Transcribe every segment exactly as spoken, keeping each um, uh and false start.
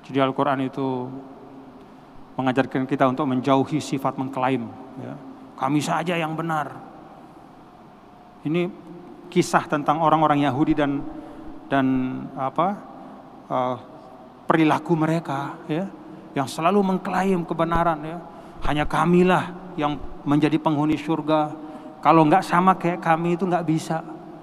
Jadi Al-Quran itu mengajarkan kita untuk menjauhi sifat mengklaim, ya, kami saja yang benar. Ini kisah tentang orang-orang Yahudi dan dan apa uh, perilaku mereka, ya, yang selalu mengklaim kebenaran, ya. Hanya kamilah yang menjadi penghuni surga. Kalau nggak sama kayak kami itu nggak bisa.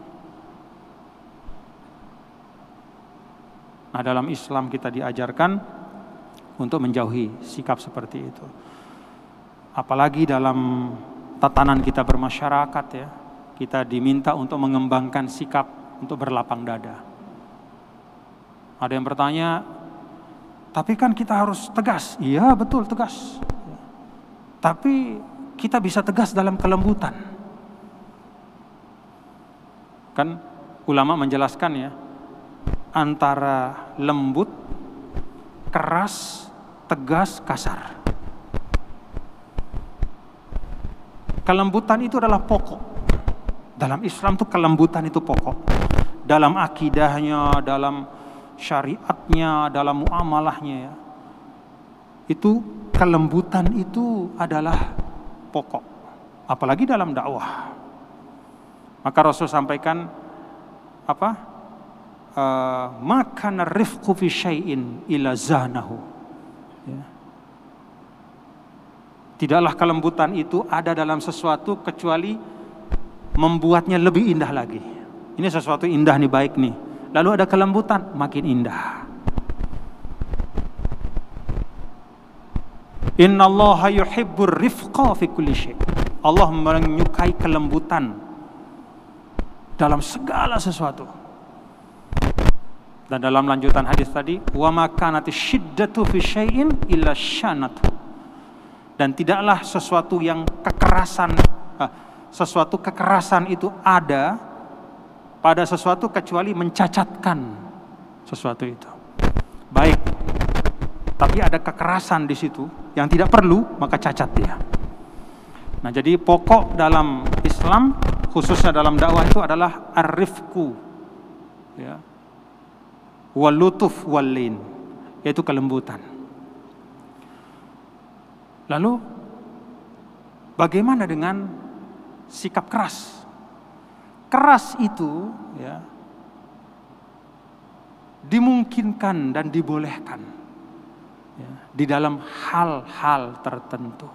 Nah, dalam Islam kita diajarkan untuk menjauhi sikap seperti itu. Apalagi dalam tatanan kita bermasyarakat, ya, kita diminta untuk mengembangkan sikap untuk berlapang dada. Ada yang bertanya, tapi kan kita harus tegas. Iya, betul, tegas. Tapi kita bisa tegas dalam kelembutan. Kan ulama menjelaskan, ya, antara lembut, keras, tegas, kasar. Kelembutan itu adalah pokok. Dalam Islam itu kelembutan itu pokok. Dalam akidahnya, dalam syariatnya, dalam muamalahnya, ya, itu kelembutan itu adalah pokok. Apalagi dalam dakwah. Maka Rasul sampaikan apa? Uh, maka narifqu fi syai'in ila zanahu, ya. Tidaklah kelembutan itu ada dalam sesuatu kecuali membuatnya lebih indah lagi. Ini sesuatu indah nih, baik nih, lalu ada kelembutan, makin indah. Innallaha yuhibbur rifqa fi kulli syai'. Allah menyukai kelembutan dalam segala sesuatu. Dan dalam lanjutan hadis tadi, wa ma kanati syiddatu fi syai'in illa syanatu. Dan tidaklah sesuatu yang kekerasan, eh, sesuatu kekerasan itu ada pada sesuatu kecuali mencacatkan sesuatu itu. Baik, tapi ada kekerasan di situ yang tidak perlu, maka cacat dia. Nah, jadi pokok dalam Islam, khususnya dalam dakwah itu adalah ar-rifqu, ya, wal lutuf wal lin, yaitu kelembutan. Lalu bagaimana dengan sikap keras? Keras itu, ya, dimungkinkan dan dibolehkan, ya, di dalam hal-hal tertentu.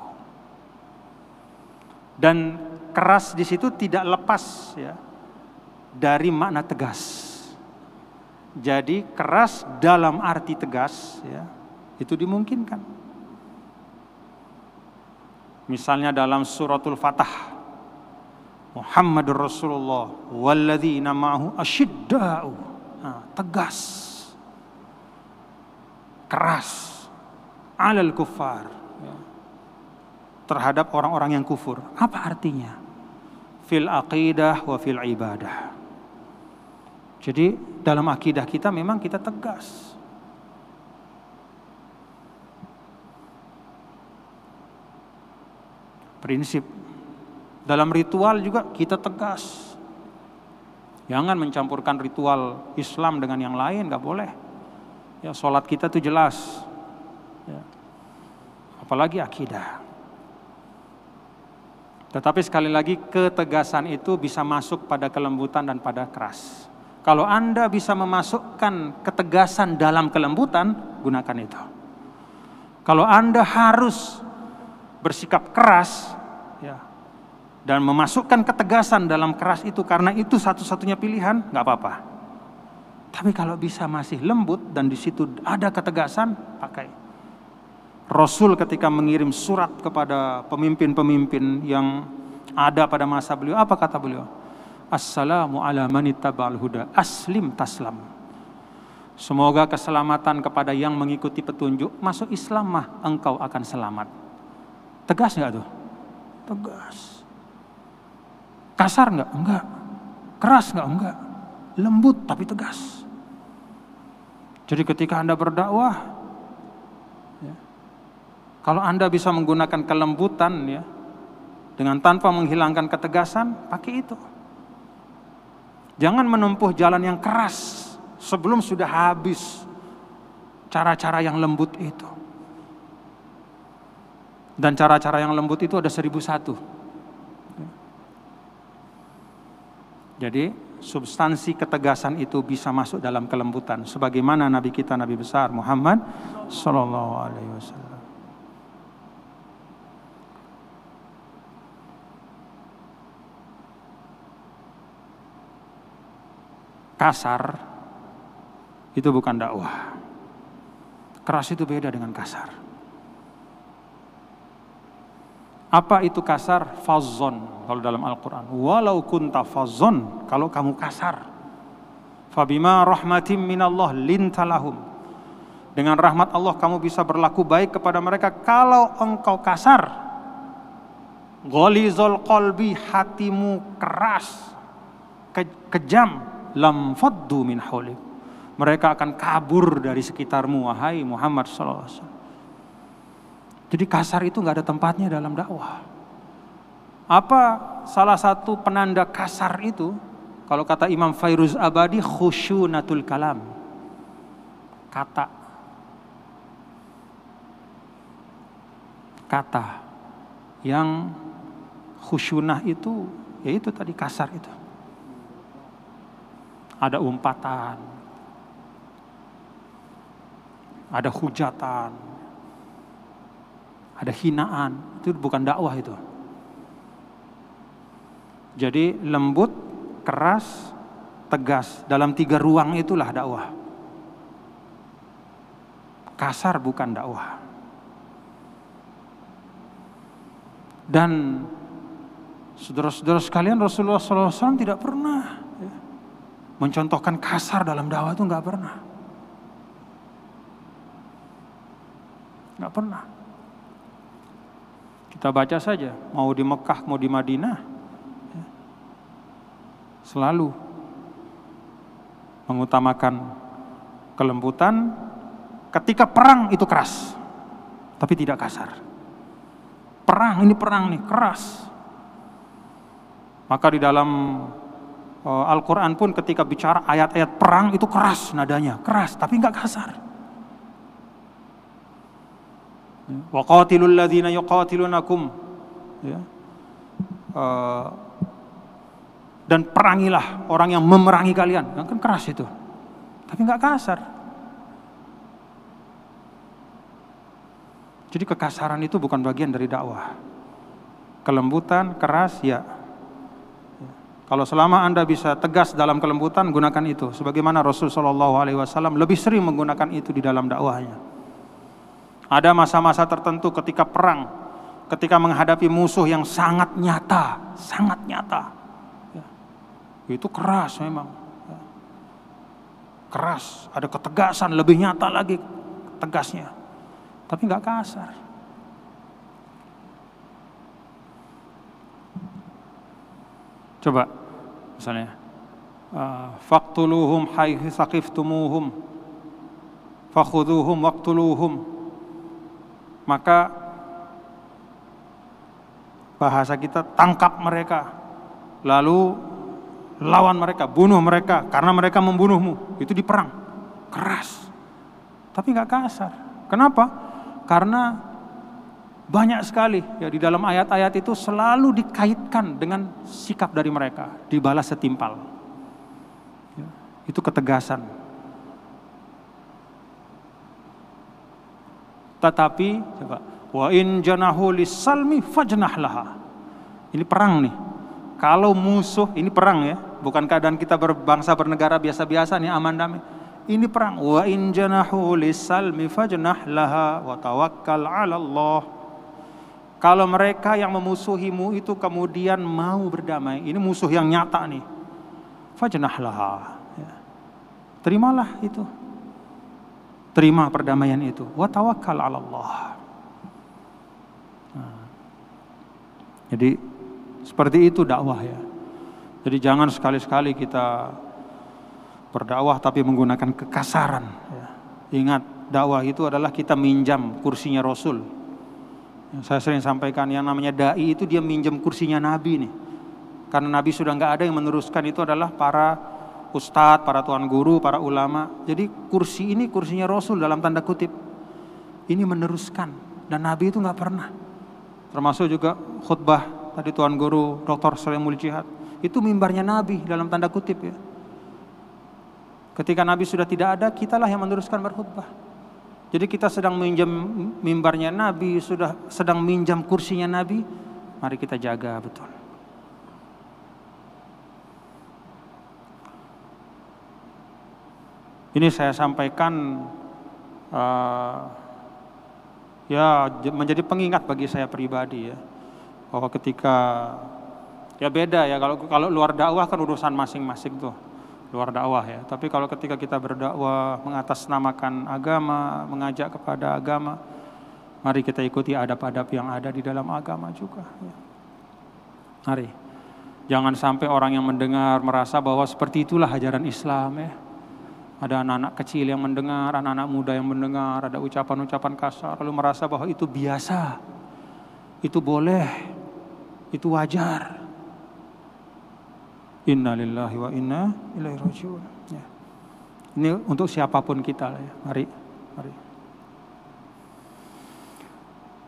Dan keras di situ tidak lepas, ya, dari makna tegas. Jadi keras dalam arti tegas, ya, itu dimungkinkan. Misalnya dalam suratul Fatah, Muhammadur Rasulullah walladzina ma'ahu asyidda'u, nah, tegas, keras, alal kuffar, ya, terhadap orang-orang yang kufur. Apa artinya? Fil aqidah wa fil ibadah. Jadi dalam akidah kita memang kita tegas. Prinsip. Dalam ritual juga kita tegas. Jangan mencampurkan ritual Islam dengan yang lain, gak boleh. Ya, sholat kita tuh jelas. Ya. Apalagi akidah. Tetapi sekali lagi ketegasan itu bisa masuk pada kelembutan dan pada keras. Kalau Anda bisa memasukkan ketegasan dalam kelembutan, gunakan itu. Kalau Anda harus bersikap keras, ya, dan memasukkan ketegasan dalam keras itu karena itu satu-satunya pilihan, nggak apa-apa. Tapi kalau bisa masih lembut dan di situ ada ketegasan, pakai. Rasul ketika mengirim surat kepada pemimpin-pemimpin yang ada pada masa beliau, apa kata beliau? Assalamu ala manittaba'al huda, aslim taslam. Semoga keselamatan kepada yang mengikuti petunjuk, masuk Islam mah engkau akan selamat. Tegas nggak tuh? Tegas. Kasar nggak? Enggak. Keras nggak? Enggak. Lembut tapi tegas. Jadi ketika Anda berdakwah, ya, kalau Anda bisa menggunakan kelembutan, ya, dengan tanpa menghilangkan ketegasan, pakai itu. Jangan menempuh jalan yang keras sebelum sudah habis cara-cara yang lembut itu. Dan cara-cara yang lembut itu ada seribu satu. Jadi substansi ketegasan itu bisa masuk dalam kelembutan. Sebagaimana Nabi kita, Nabi besar Muhammad Sallallahu Alaihi Wasallam. Kasar itu bukan dakwah. Keras itu beda dengan kasar. Apa itu kasar? Fazzon kalau dalam Al-Quran. Walau kunta fazzon, kalau kamu kasar. Fabima rahmatim minallah lintalahum. Dengan rahmat Allah kamu bisa berlaku baik kepada mereka. Kalau engkau kasar, ghalizul qalbi, hatimu keras, ke- kejam, lam faddu min haulik. Mereka akan kabur dari sekitarmu, wahai Muhammad sallallahu alaihi wasallam. Jadi kasar itu nggak ada tempatnya dalam dakwah. Apa salah satu penanda kasar itu? Kalau kata Imam Fairuz Abadi, khusyunatul kalam. Kata. Kata yang khusyunah itu, yaitu tadi kasar itu. Ada umpatan, ada hujatan, ada hinaan, itu bukan dakwah itu. Jadi lembut, keras, tegas, dalam tiga ruang itulah dakwah. Kasar bukan dakwah. Dan saudara-saudara sekalian, Rasulullah shallallahu alaihi wasallam tidak pernah ya, mencontohkan kasar dalam dakwah, itu nggak pernah. Nggak pernah. Kita baca saja, mau di Mekah, mau di Madinah, ya, selalu mengutamakan kelembutan. Ketika perang itu keras, tapi tidak kasar. Perang, ini perang nih, keras. Maka di dalam uh, Al-Quran pun ketika bicara ayat-ayat perang itu keras nadanya, keras, tapi nggak kasar. Wa qatilul ladzina yuqatilunakum, ya. Uh, dan perangilah orang yang memerangi kalian. Yang kan keras itu, tapi nggak kasar. Jadi kekasaran itu bukan bagian dari dakwah. Kelembutan, keras, ya. Kalau selama Anda bisa tegas dalam kelembutan, gunakan itu. Sebagaimana Rasul Shallallahu Alaihi Wasallam lebih sering menggunakan itu di dalam dakwahnya. Ada masa-masa tertentu ketika perang, ketika menghadapi musuh yang sangat nyata, sangat nyata. Ya. Itu keras memang. Ya. Keras, ada ketegasan, lebih nyata lagi tegasnya. Tapi nggak kasar. Coba, misalnya, faqtuluhum haitsu saqiftumuhum, fakhuduhum waqtuluhum. Maka bahasa kita, tangkap mereka, lalu lawan mereka, bunuh mereka karena mereka membunuhmu. Itu di perang, keras, tapi nggak kasar. Kenapa? Karena banyak sekali ya di dalam ayat-ayat itu selalu dikaitkan dengan sikap dari mereka, dibalas setimpal. Ya, itu ketegasan. Tetapi coba, wa in janahu lis-salmi fajnah laha. Ini perang nih. Kalau musuh, ini perang ya, bukan keadaan kita berbangsa bernegara biasa-biasa nih, aman damai. Ini perang. Wa in janahu lis-salmi fajnah laha wa tawakkal 'ala Allah. Kalau mereka yang memusuhimu itu kemudian mau berdamai, ini musuh yang nyata nih. Fajnah laha. Ya. Terimalah itu. Terima perdamaian itu. Wa tawakkal 'ala Allah. Nah. Jadi seperti itu dakwah ya. Jadi jangan sekali-sekali kita berdakwah tapi menggunakan kekasaran. Ya. Ingat, dakwah itu adalah kita minjam kursinya Rasul. Yang saya sering sampaikan, yang namanya dai itu dia minjam kursinya Nabi nih. Karena Nabi sudah nggak ada, yang meneruskan itu adalah para ustadz, para tuan guru, para ulama. Jadi kursi ini kursinya Rasul dalam tanda kutip. Ini meneruskan, dan Nabi itu nggak pernah. Termasuk juga khutbah tadi tuan guru Doktor Salimul Jihad. Itu mimbarnya Nabi dalam tanda kutip ya. Ketika Nabi sudah tidak ada, kitalah yang meneruskan berkhutbah. Jadi kita sedang minjam mimbarnya Nabi, sudah sedang minjam kursinya Nabi, mari kita jaga betul. Ini saya sampaikan uh, ya menjadi pengingat bagi saya pribadi ya, bahwa ketika ya beda ya, kalau kalau luar dakwah kan urusan masing-masing tuh, luar dakwah ya. Tapi kalau ketika kita berdakwah mengatasnamakan agama, mengajak kepada agama, mari kita ikuti adab-adab yang ada di dalam agama juga ya. Mari, jangan sampai orang yang mendengar merasa bahwa seperti itulah ajaran Islam ya. Ada anak-anak kecil yang mendengar, anak-anak muda yang mendengar, ada ucapan-ucapan kasar, lalu merasa bahwa itu biasa, itu boleh, itu wajar. Inna lillahi wa inna ilaihi raji'un. Ya. Ini untuk siapapun kita lah ya. Mari, mari.